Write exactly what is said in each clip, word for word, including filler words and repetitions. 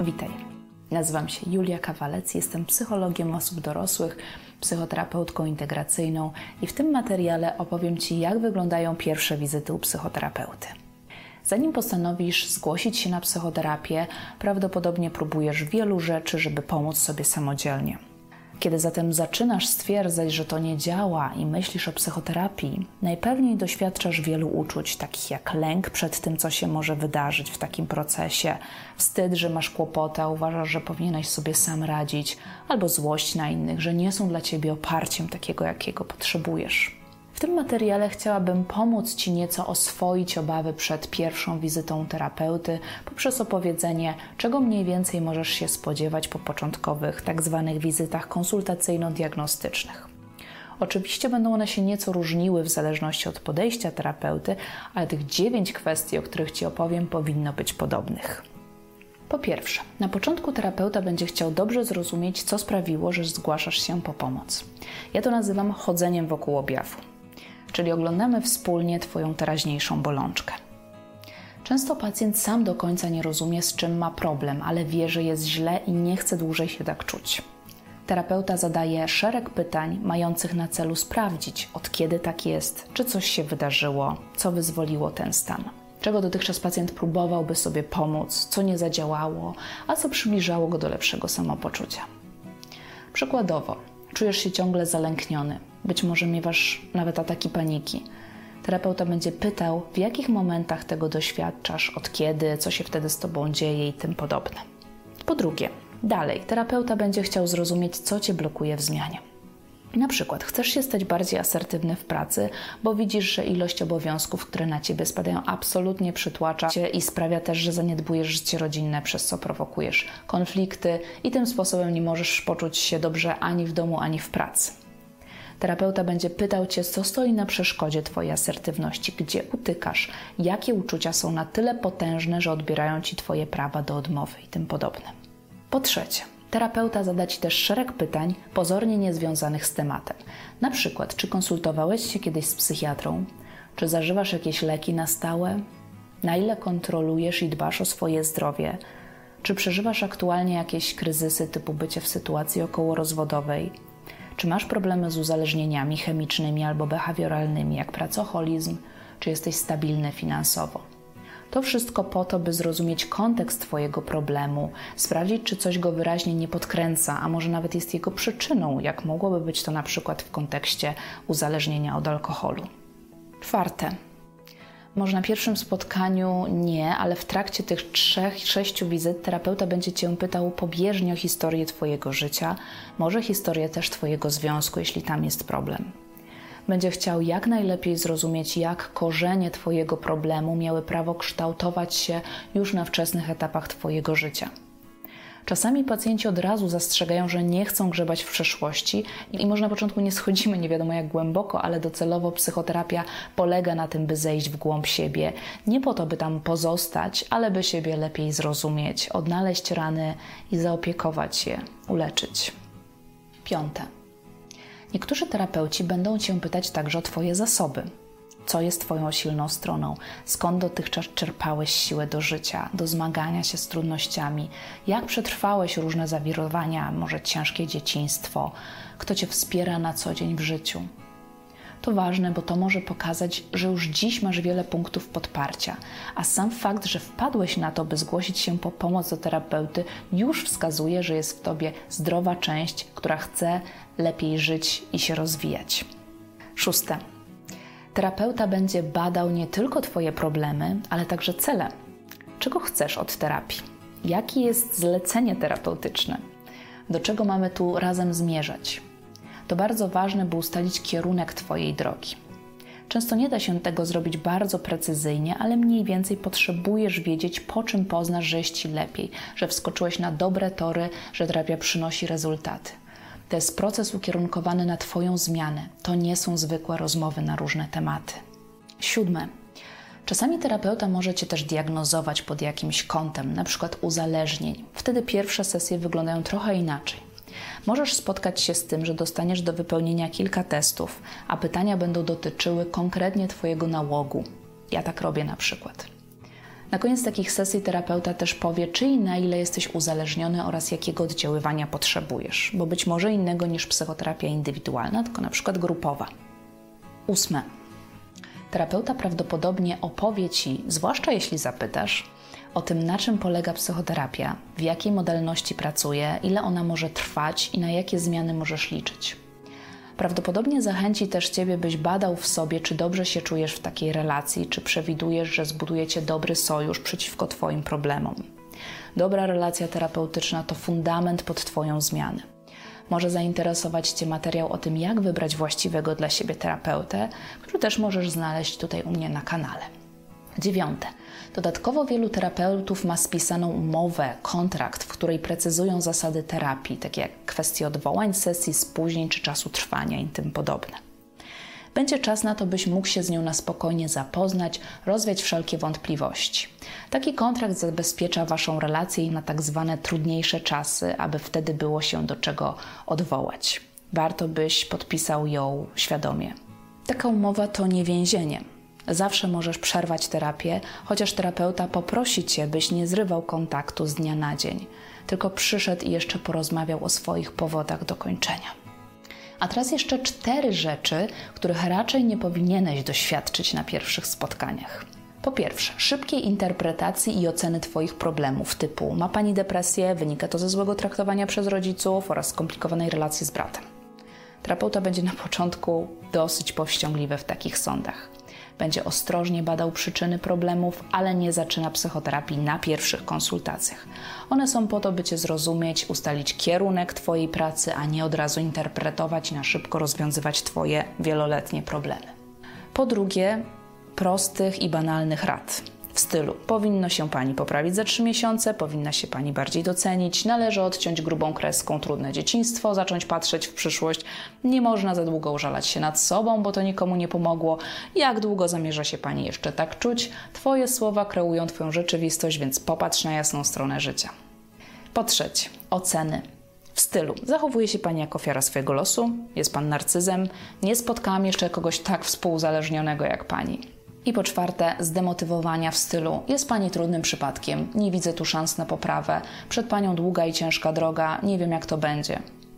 Witaj, nazywam się Julia Kawalec, jestem psychologiem osób dorosłych, psychoterapeutką integracyjną i w tym materiale opowiem Ci, jak wyglądają pierwsze wizyty u psychoterapeuty. Zanim postanowisz zgłosić się na psychoterapię, prawdopodobnie próbujesz wielu rzeczy, żeby pomóc sobie samodzielnie. Kiedy zatem zaczynasz stwierdzać, że to nie działa i myślisz o psychoterapii, najpewniej doświadczasz wielu uczuć, takich jak lęk przed tym, co się może wydarzyć w takim procesie, wstyd, że masz kłopoty, a uważasz, że powinieneś sobie sam radzić, albo złość na innych, że nie są dla Ciebie oparciem takiego, jakiego potrzebujesz. W tym materiale chciałabym pomóc Ci nieco oswoić obawy przed pierwszą wizytą u terapeuty poprzez opowiedzenie, czego mniej więcej możesz się spodziewać po początkowych tak zwanych wizytach konsultacyjno-diagnostycznych. Oczywiście będą one się nieco różniły w zależności od podejścia terapeuty, ale tych dziewięć kwestii, o których Ci opowiem, powinno być podobnych. Po pierwsze, na początku terapeuta będzie chciał dobrze zrozumieć, co sprawiło, że zgłaszasz się po pomoc. Ja to nazywam chodzeniem wokół objawu. Czyli oglądamy wspólnie Twoją teraźniejszą bolączkę. Często pacjent sam do końca nie rozumie, z czym ma problem, ale wie, że jest źle i nie chce dłużej się tak czuć. Terapeuta zadaje szereg pytań mających na celu sprawdzić, od kiedy tak jest, czy coś się wydarzyło, co wyzwoliło ten stan. Czego dotychczas pacjent próbował, by sobie pomóc, co nie zadziałało, a co przybliżało go do lepszego samopoczucia. Przykładowo, czujesz się ciągle zalękniony, być może miewasz nawet ataki paniki. Terapeuta będzie pytał, w jakich momentach tego doświadczasz, od kiedy, co się wtedy z Tobą dzieje i tym podobne. Po drugie, dalej, terapeuta będzie chciał zrozumieć, co Cię blokuje w zmianie. Na przykład chcesz się stać bardziej asertywny w pracy, bo widzisz, że ilość obowiązków, które na Ciebie spadają, absolutnie przytłacza Cię i sprawia też, że zaniedbujesz życie rodzinne, przez co prowokujesz konflikty i tym sposobem nie możesz poczuć się dobrze ani w domu, ani w pracy. Terapeuta będzie pytał Cię, co stoi na przeszkodzie Twojej asertywności, gdzie utykasz, jakie uczucia są na tyle potężne, że odbierają Ci Twoje prawa do odmowy i tym podobne. Po trzecie, terapeuta zada Ci też szereg pytań pozornie niezwiązanych z tematem. Na przykład, czy konsultowałeś się kiedyś z psychiatrą? Czy zażywasz jakieś leki na stałe? Na ile kontrolujesz i dbasz o swoje zdrowie? Czy przeżywasz aktualnie jakieś kryzysy typu bycie w sytuacji okołorozwodowej? Czy masz problemy z uzależnieniami chemicznymi albo behawioralnymi, jak pracoholizm? Czy jesteś stabilny finansowo? To wszystko po to, by zrozumieć kontekst Twojego problemu, sprawdzić, czy coś go wyraźnie nie podkręca, a może nawet jest jego przyczyną, jak mogłoby być to na przykład w kontekście uzależnienia od alkoholu. Czwarte. Może na pierwszym spotkaniu nie, ale w trakcie tych trzech, sześciu wizyt terapeuta będzie Cię pytał pobieżnie o historię Twojego życia, może historię też Twojego związku, jeśli tam jest problem. Będzie chciał jak najlepiej zrozumieć, jak korzenie Twojego problemu miały prawo kształtować się już na wczesnych etapach Twojego życia. Czasami pacjenci od razu zastrzegają, że nie chcą grzebać w przeszłości i może na początku nie schodzimy nie wiadomo jak głęboko, ale docelowo psychoterapia polega na tym, by zejść w głąb siebie. Nie po to, by tam pozostać, ale by siebie lepiej zrozumieć, odnaleźć rany i zaopiekować je, uleczyć. Piąte. Niektórzy terapeuci będą Cię pytać także o Twoje zasoby. Co jest Twoją silną stroną? Skąd dotychczas czerpałeś siłę do życia, do zmagania się z trudnościami? Jak przetrwałeś różne zawirowania, może ciężkie dzieciństwo? Kto Cię wspiera na co dzień w życiu? To ważne, bo to może pokazać, że już dziś masz wiele punktów podparcia, a sam fakt, że wpadłeś na to, by zgłosić się po pomoc do terapeuty, już wskazuje, że jest w Tobie zdrowa część, która chce lepiej żyć i się rozwijać. Szóste. Terapeuta będzie badał nie tylko Twoje problemy, ale także cele. Czego chcesz od terapii? Jakie jest zlecenie terapeutyczne? Do czego mamy tu razem zmierzać? To bardzo ważne, by ustalić kierunek Twojej drogi. Często nie da się tego zrobić bardzo precyzyjnie, ale mniej więcej potrzebujesz wiedzieć, po czym poznasz, że jest Ci lepiej, że wskoczyłeś na dobre tory, że terapia przynosi rezultaty. To jest proces ukierunkowany na Twoją zmianę. To nie są zwykłe rozmowy na różne tematy. Siódme. Czasami terapeuta może Cię też diagnozować pod jakimś kątem, na przykład uzależnień. Wtedy pierwsze sesje wyglądają trochę inaczej. Możesz spotkać się z tym, że dostaniesz do wypełnienia kilka testów, a pytania będą dotyczyły konkretnie Twojego nałogu. Ja tak robię na przykład. Na koniec takich sesji terapeuta też powie, czy i na ile jesteś uzależniony oraz jakiego oddziaływania potrzebujesz, bo być może innego niż psychoterapia indywidualna, tylko na przykład grupowa. Ósme. Terapeuta prawdopodobnie opowie Ci, zwłaszcza jeśli zapytasz, o tym, na czym polega psychoterapia, w jakiej modalności pracuje, ile ona może trwać i na jakie zmiany możesz liczyć. Prawdopodobnie zachęci też Ciebie, byś badał w sobie, czy dobrze się czujesz w takiej relacji, czy przewidujesz, że zbudujecie dobry sojusz przeciwko Twoim problemom. Dobra relacja terapeutyczna to fundament pod Twoją zmianę. Może zainteresować Cię materiał o tym, jak wybrać właściwego dla siebie terapeutę, który też możesz znaleźć tutaj u mnie na kanale. Dziewiąte. Dodatkowo wielu terapeutów ma spisaną umowę, kontrakt, w której precyzują zasady terapii, takie jak kwestie odwołań sesji, spóźnień czy czasu trwania i tym podobne. Będzie czas na to, byś mógł się z nią na spokojnie zapoznać, rozwiać wszelkie wątpliwości. Taki kontrakt zabezpiecza Waszą relację na tak zwane trudniejsze czasy, aby wtedy było się do czego odwołać. Warto, byś podpisał ją świadomie. Taka umowa to nie więzienie. Zawsze możesz przerwać terapię, chociaż terapeuta poprosi Cię, byś nie zrywał kontaktu z dnia na dzień, tylko przyszedł i jeszcze porozmawiał o swoich powodach do kończenia. A teraz jeszcze cztery rzeczy, których raczej nie powinieneś doświadczyć na pierwszych spotkaniach. Po pierwsze, szybkiej interpretacji i oceny Twoich problemów typu ma Pani depresję, wynika to ze złego traktowania przez rodziców oraz skomplikowanej relacji z bratem. Terapeuta będzie na początku dosyć powściągliwy w takich sądach. Będzie ostrożnie badał przyczyny problemów, ale nie zaczyna psychoterapii na pierwszych konsultacjach. One są po to, by Cię zrozumieć, ustalić kierunek Twojej pracy, a nie od razu interpretować i na szybko rozwiązywać Twoje wieloletnie problemy. Po drugie, prostych i banalnych rad. W stylu: powinno się Pani poprawić za trzy miesiące, powinna się Pani bardziej docenić, należy odciąć grubą kreską trudne dzieciństwo, zacząć patrzeć w przyszłość, nie można za długo użalać się nad sobą, bo to nikomu nie pomogło, jak długo zamierza się Pani jeszcze tak czuć, Twoje słowa kreują Twoją rzeczywistość, więc popatrz na jasną stronę życia. Po trzecie, oceny. W stylu: zachowuje się Pani jak ofiara swojego losu, jest Pan narcyzem, nie spotkałam jeszcze kogoś tak współuzależnionego jak Pani. I po czwarte, zdemotywowania w stylu: jest Pani trudnym przypadkiem, nie widzę tu szans na poprawę, przed Panią długa i ciężka droga, nie wiem jak to będzie.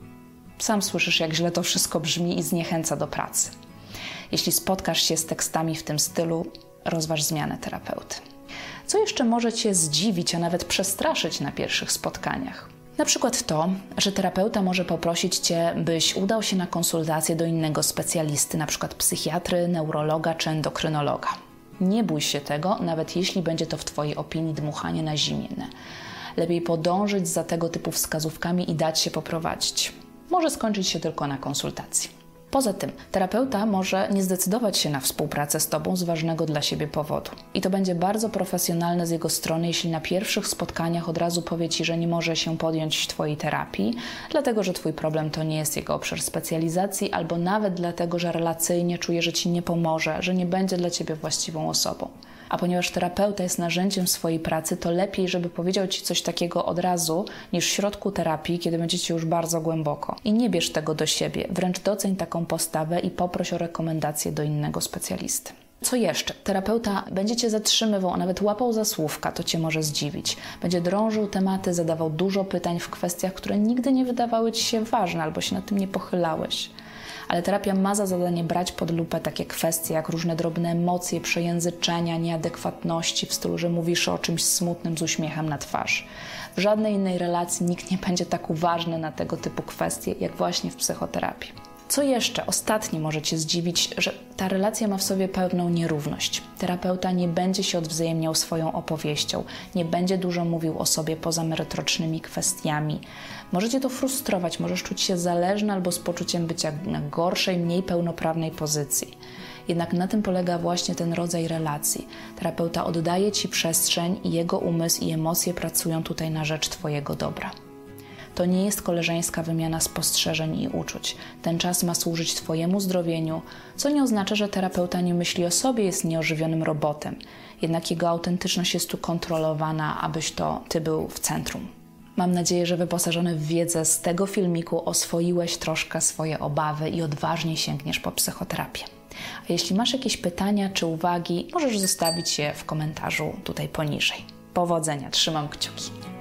Sam słyszysz, jak źle to wszystko brzmi i zniechęca do pracy. Jeśli spotkasz się z tekstami w tym stylu, rozważ zmianę terapeuty. Co jeszcze może Cię zdziwić, a nawet przestraszyć na pierwszych spotkaniach? Na przykład to, że terapeuta może poprosić Cię, byś udał się na konsultację do innego specjalisty, na przykład psychiatry, neurologa czy endokrynologa. Nie bój się tego, nawet jeśli będzie to w Twojej opinii dmuchanie na zimne. Lepiej podążyć za tego typu wskazówkami i dać się poprowadzić. Może skończyć się tylko na konsultacji. Poza tym, terapeuta może nie zdecydować się na współpracę z Tobą z ważnego dla siebie powodu. I to będzie bardzo profesjonalne z jego strony, jeśli na pierwszych spotkaniach od razu powie Ci, że nie może się podjąć Twojej terapii, dlatego że Twój problem to nie jest jego obszar specjalizacji, albo nawet dlatego, że relacyjnie czuje, że Ci nie pomoże, że nie będzie dla Ciebie właściwą osobą. A ponieważ terapeuta jest narzędziem swojej pracy, to lepiej, żeby powiedział Ci coś takiego od razu, niż w środku terapii, kiedy będziecie już bardzo głęboko. I nie bierz tego do siebie, wręcz doceń taką postawę i poproś o rekomendację do innego specjalisty. Co jeszcze? Terapeuta będzie Cię zatrzymywał, a nawet łapał za słówka, to Cię może zdziwić. Będzie drążył tematy, zadawał dużo pytań w kwestiach, które nigdy nie wydawały Ci się ważne albo się nad tym nie pochylałeś. Ale terapia ma za zadanie brać pod lupę takie kwestie jak różne drobne emocje, przejęzyczenia, nieadekwatności w stylu, że mówisz o czymś smutnym z uśmiechem na twarzy. W żadnej innej relacji nikt nie będzie tak uważny na tego typu kwestie, jak właśnie w psychoterapii. Co jeszcze? Ostatnie może Cię zdziwić, że ta relacja ma w sobie pewną nierówność. Terapeuta nie będzie się odwzajemniał swoją opowieścią, nie będzie dużo mówił o sobie poza merytorycznymi kwestiami. Może Cię to frustrować, możesz czuć się zależny albo z poczuciem bycia na gorszej, mniej pełnoprawnej pozycji. Jednak na tym polega właśnie ten rodzaj relacji. Terapeuta oddaje Ci przestrzeń i jego umysł i emocje pracują tutaj na rzecz Twojego dobra. To nie jest koleżeńska wymiana spostrzeżeń i uczuć. Ten czas ma służyć Twojemu zdrowieniu, co nie oznacza, że terapeuta nie myśli o sobie, jest nieożywionym robotem. Jednak jego autentyczność jest tu kontrolowana, abyś to Ty był w centrum. Mam nadzieję, że wyposażony w wiedzę z tego filmiku oswoiłeś troszkę swoje obawy i odważnie sięgniesz po psychoterapię. A jeśli masz jakieś pytania czy uwagi, możesz zostawić je w komentarzu tutaj poniżej. Powodzenia, trzymam kciuki.